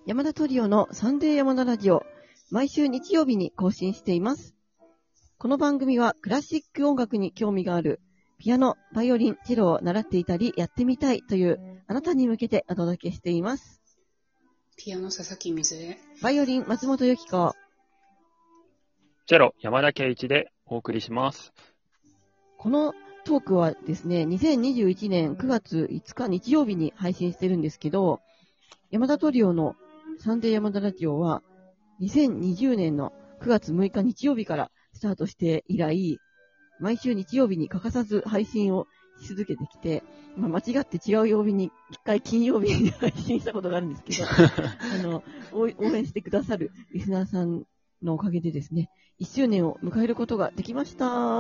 山田トリオのサンデー山田ラジオ、毎週日曜日に更新しています。この番組はクラシック音楽に興味がある、ピアノ、バイオリン、チェロを習っていたりやってみたいというあなたに向けてお届けしています。 ピアノ佐々木水江、 バイオリン松本由紀子、 チェロ山田圭一でお送りします。 このトークはですね、2021年9月5日日曜日に配信してるんですけど、山田トリオのサンデー山田ラジオは2020年の9月6日日曜日からスタートして以来、毎週日曜日に欠かさず配信をし続けてきて、間違って違う曜日に一回金曜日に配信したことがあるんですけど、応援してくださるリスナーさんのおかげでですね、1周年を迎えることができました。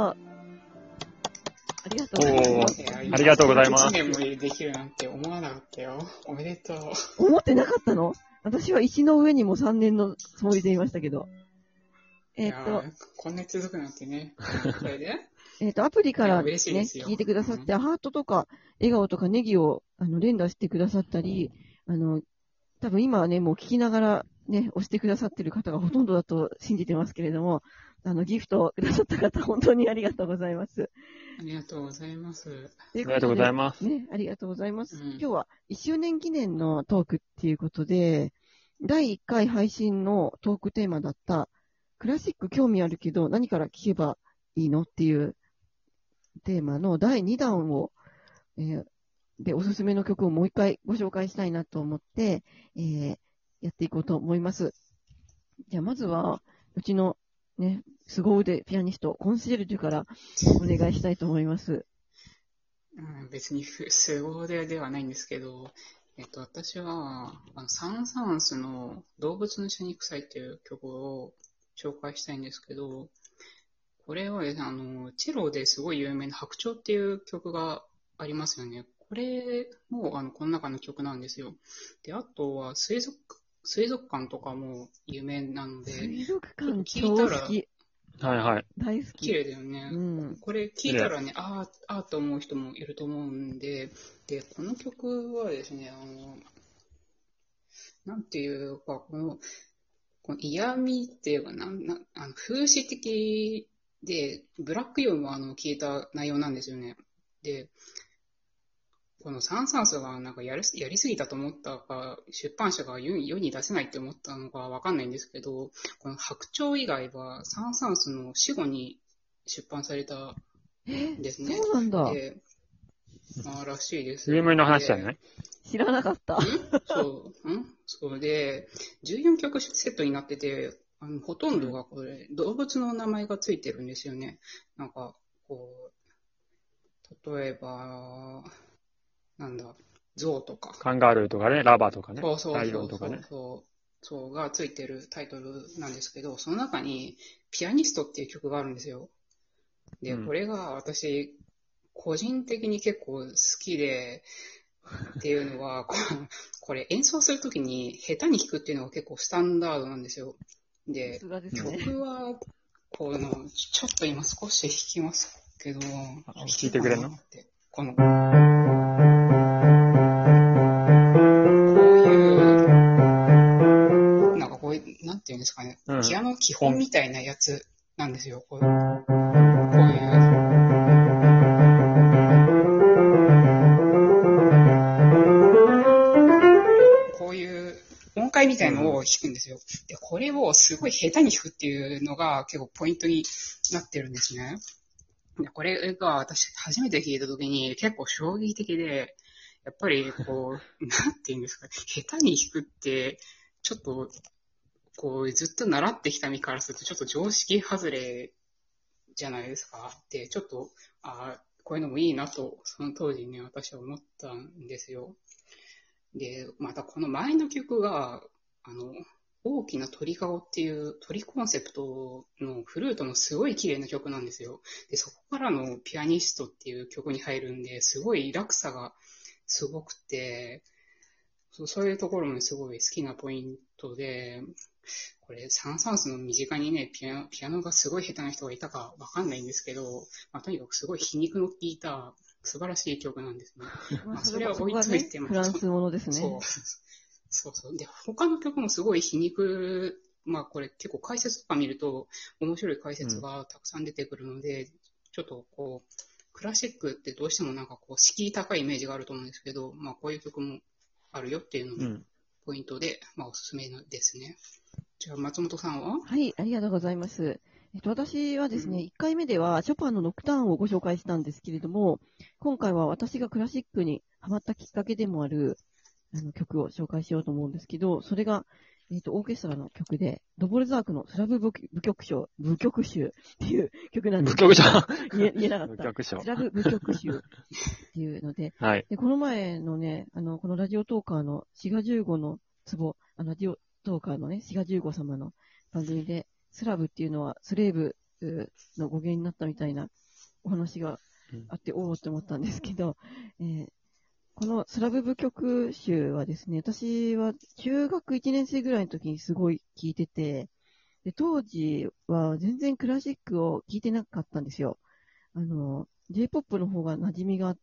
ありがとうございます。 ありがとうございます。 1年もできるなんて思わなかったよ。おめでとう。 思ってなかったの？私は石の上にも3年のつもりでいましたけど。 こんなに続くなんてね。これでアプリからね、 聞聞いてくださって、ハートとか、笑顔とかネギを、連打してくださったり、多分今はね、もう聞きながらね、押してくださってる方がほとんどだと信じてますけれども、ギフトをくださった方、本当にありがとうございます。 ありがとうございます。 ありがとうございます。 ね、ありがとうございます。今日は1周年記念のトークっていうことで、第1回配信のトークテーマだった、クラシック興味あるけど何から聞けばいいのっていうテーマの第2弾を、で、おすすめの曲をもう一回ご紹介したいなと思って、やっていこうと思います。じゃあまずは、うちのね、凄腕ピアニスト、コンシェルジュからお願いしたいと思います。 別に凄腕ではないんですけど、私は、サン・サーンスの動物の死肉祭っていう曲を紹介したいんですけど、これはですね、チェロですごい有名な白鳥っていう曲がありますよね。これも、この中の曲なんですよ。で、あとは水族館とかも有名なので、 水族館超好き。 はいはい。 大好き。 綺麗だよね。これ聞いたらね、あーと思う人もいると思うんで、で、この曲はですね、なんていうか、この嫌味っていうか、風刺的で、ブラックユーモアの聞いた内容なんですよね。で、このサン・サーンスがなんかやりすぎたと思ったか、出版社が世に出せないって思ったのかわかんないんですけど、この白鳥以外はサン・サーンスの死後に出版されたんですね。 そうなんだ。 らしいです。 有名な話じゃない？ 知らなかった。 そうで、14曲セットになってて、ほとんどがこれ、動物の名前がついてるんですよね。なんか、例えば、ゾウとか。 カンガルーとかね、ラバとかね、 ライオンとかね。 そうがついてるタイトルなんですけど、その中に、ピアニストっていう曲があるんですよ。で、これが私、個人的に結構好きで、っていうのは、これ演奏するときに下手に弾くっていうのが結構スタンダードなんですよ。で、曲は、ちょっと今少し弾きますけど、弾いてくれんの？ こういう、なんかなんていうんですかね、ピアノ基本みたいなやつなんですよ。こういう音階みたいなのを弾くんですよ。で、これをすごい下手に弾くっていうのが結構ポイントになってるんですね。で、これが私初めて聞いた時に結構衝撃的で、やっぱりなんていうんですか、下手に弾くって、ちょっと、ずっと習ってきた身からするとちょっと常識外れじゃないですか。で、ちょっと、こういうのもいいなと、その当時ね、私は思ったんですよ。で、またこの前の曲が、大きな鳥顔っていう鳥コンセプトのフルートのすごい綺麗な曲なんですよ。で、そこからのピアニストっていう曲に入るんで、すごい落差がすごくて、そういうところもすごい好きなポイントで、これ、サン・サーンスの身近にね、ピアノがすごい下手な人がいたかわかんないんですけど、とにかくすごい皮肉の効いた素晴らしい曲なんですね。それは置いといても、 フランスものですね。 そうそう。で、他の曲もすごい皮肉、まあこれ結構解説とか見ると面白い解説がたくさん出てくるので、ちょっとこう、クラシックってどうしてもなんかこう、敷居高いイメージがあると思うんですけど、まあこういう曲もあるよっていうのもポイントで、まあおすすめですね。じゃあ松本さんは？ はい、ありがとうございます。私はですね、1回目ではショパンのノクターンをご紹介したんですけれども、今回は私がクラシックにハマったきっかけでもある曲を紹介しようと思うんですけど、それが、オーケストラの曲で、ドボルザークのスラブ舞曲集っていう曲なんです。 舞曲集言えなかった。 舞曲集スラブ舞曲集っていうので、 はい。 で、この前のね、このラジオトーカーのシガ15の壺、ラジオトーカーのね、シガ15様の番組で、スラブっていうのはスレーブの語源になったみたいなお話があって、おおって思ったんですけど、このスラブ舞曲集はですね、私は中学1年生ぐらいの時にすごい聴いてて、で当時は全然クラシックを聴いてなかったんですよ。J-POP の方が馴染みがあって、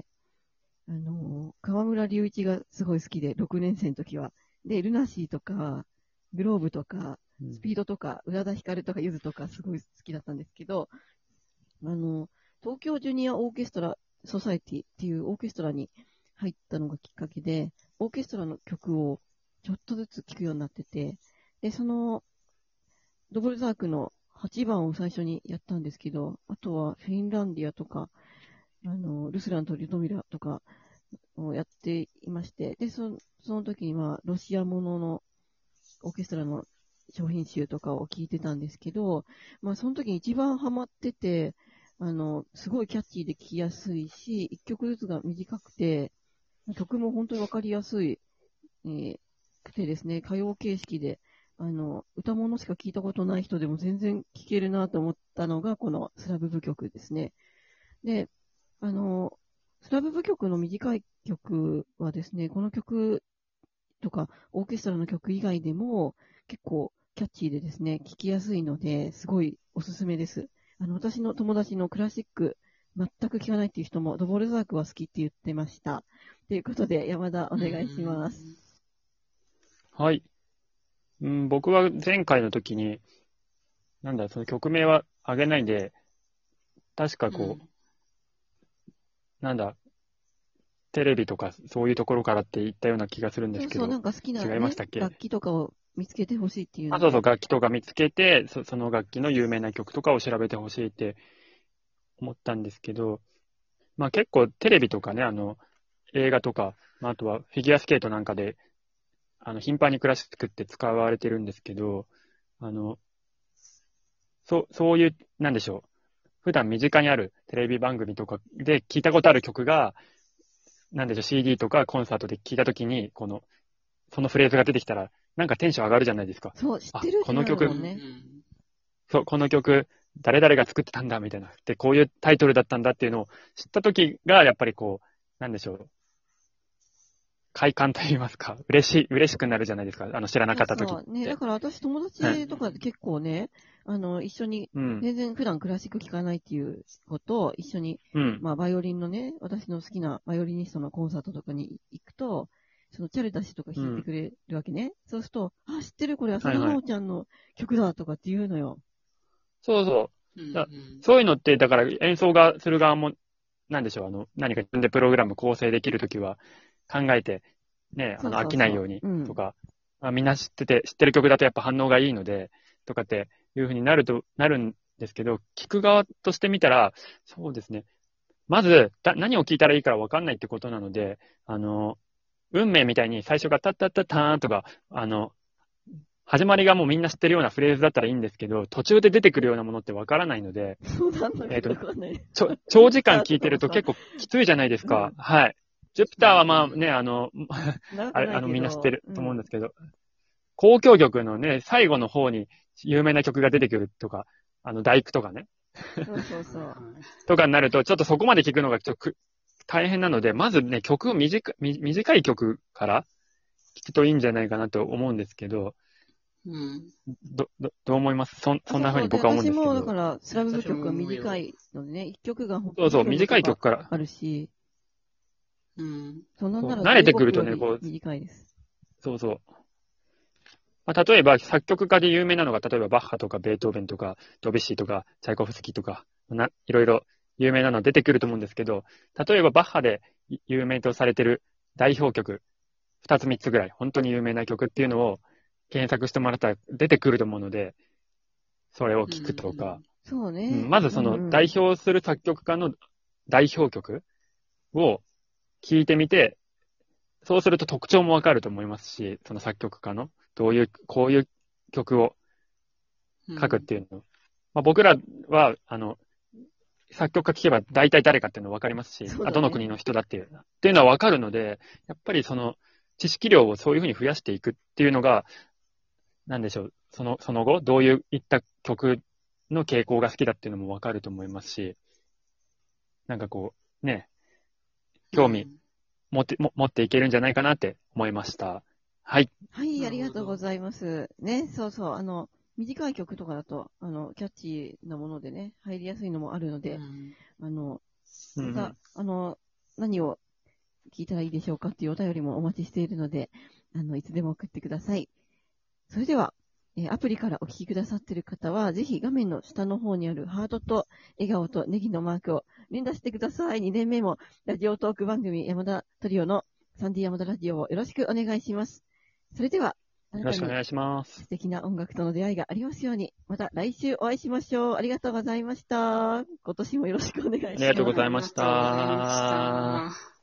河村隆一がすごい好きで、6年生の時は。で、ルナシーとか、グローブとか、スピードとか、宇多田ヒカルとか、ゆずとか、すごい好きだったんですけど、東京ジュニアオーケストラソサエティっていうオーケストラに入ったのがきっかけで、オーケストラの曲をちょっとずつ聴くようになってて、で、その、ドボルザークの8番を最初にやったんですけど、あとはフィンランディアとか、ルスランとリュドミラとかをやっていまして、で、その時にはロシアもののオーケストラの商品集とかを聞いてたんですけど、まあその時に一番ハマってて、すごいキャッチーで聴きやすいし、一曲ずつが短くて、曲も本当にわかりやすい、くてですね、歌謡形式で、歌物しか聞いたことない人でも全然聴けるなと思ったのが、このスラブ舞曲ですね。で、スラブ舞曲の短い曲はですね、この曲とか、オーケストラの曲以外でも、結構キャッチーでですね、聴きやすいので、すごいおすすめです。私の友達のクラシック、全く聴かないっていう人も、ドボルザークは好きって言ってました。ということで、山田お願いします。 はい。僕は前回の時に、その曲名はあげないんで、確かテレビとかそういうところからって言ったような気がするんですけど、 なんか好きな、 違いましたっけ？ 楽器とかを見つけてほしいっていうので。 そうそう、楽器とか見つけて、その楽器の有名な曲とかを調べてほしいって思ったんですけど、まあ結構テレビとかね、映画とか、あとはフィギュアスケートなんかで、頻繁にクラシックって使われてるんですけど、そういう、なんでしょう。普段身近にあるテレビ番組とかで聞いたことある曲が、CD とかコンサートで聞いたときに、そのフレーズが出てきたら、なんかテンション上がるじゃないですか。 そう、知ってるこの曲、 ね。 そう、この曲、誰々が作ってたんだ、みたいな。で、こういうタイトルだったんだっていうのを知ったときが、やっぱりなんでしょう。快感と言いますか、嬉しくなるじゃないですか。知らなかったとき。 そうね。だから私友達とかで結構ね、一緒に、全然普段クラシック聴かないっていう子と一緒に、まあバイオリンのね、私の好きなバイオリニストのコンサートとかに行くと、そのチャルタ氏とか弾いてくれるわけね。そうすると、あ、知ってるこれ浅田真央ちゃんの曲だとかって言うのよ。 そうそう。そういうのって、だから演奏がする側も、なんでしょう、何か自分でプログラム構成できるときは考えて、ね、飽きないようにとか、みんな知ってる曲だとやっぱ反応がいいので、とかっていうふうになるんですけど、聞く側としてみたら、そうですね。まず、何を聞いたらいいかわかんないってことなので、運命みたいに最初がタッタッタッターンとか、始まりがもうみんな知ってるようなフレーズだったらいいんですけど、途中で出てくるようなものってわからないので、 そうなんだけどわかんない。 長時間聞いてると結構きついじゃないですか。はい。ジュピターはまあね、みんな知ってると思うんですけど、交響曲のね、最後の方に有名な曲が出てくるとか、第九とかね。 そう。 とかになると、ちょっとそこまで聞くのが大変なので、まずね、曲を短い曲から聞くといいんじゃないかなと思うんですけど、どう思います？そんな風に僕は思うんですけど。 私もだから、スラブ曲が短いのでね、一曲がそう、短い曲からあるし、 うん。 そんなんなら慣れてくるとね、 短いです。 そうそう。まあ、例えば作曲家で有名なのが、例えばバッハとかベートーベンとかドビュッシーとかチャイコフスキーとか、いろいろ有名なの出てくると思うんですけど、例えばバッハで有名とされてる代表曲、2つ3つぐらい、本当に有名な曲っていうのを検索してもらったら出てくると思うので、それを聞くとか、 そうね。 まずその代表する作曲家の代表曲を聞いてみて、そうすると特徴もわかると思いますし、その作曲家のこういう曲を書くっていうの。まあ、僕らは、作曲家聞けば大体誰かっていうのわかりますし、 ね、 どの国の人だっていうのはわかるので、やっぱりその知識量をそういうふうに増やしていくっていうのが、なんでしょう、その後、どういった曲の傾向が好きだっていうのもわかると思いますし、なんかこう、ね、興味持っていけるんじゃないかなって思いました。はい。 はい、ありがとうございます。ね、そうそう、短い曲とかだと、キャッチーなものでね、入りやすいのもあるので、また、何を聞いたらいいでしょうかっていうお便りもお待ちしているので、いつでも送ってください。それでは、アプリからお聞きくださっている方は、ぜひ画面の下の方にあるハートと笑顔とネギのマークを連打してください。2年目もラジオトーク番組山田トリオのサンディ山田ラジオをよろしくお願いします。それでは、 よろしくお願いします。 素敵な音楽との出会いがありますように、また来週お会いしましょう。ありがとうございました。今年もよろしくお願いします。 ありがとうございました。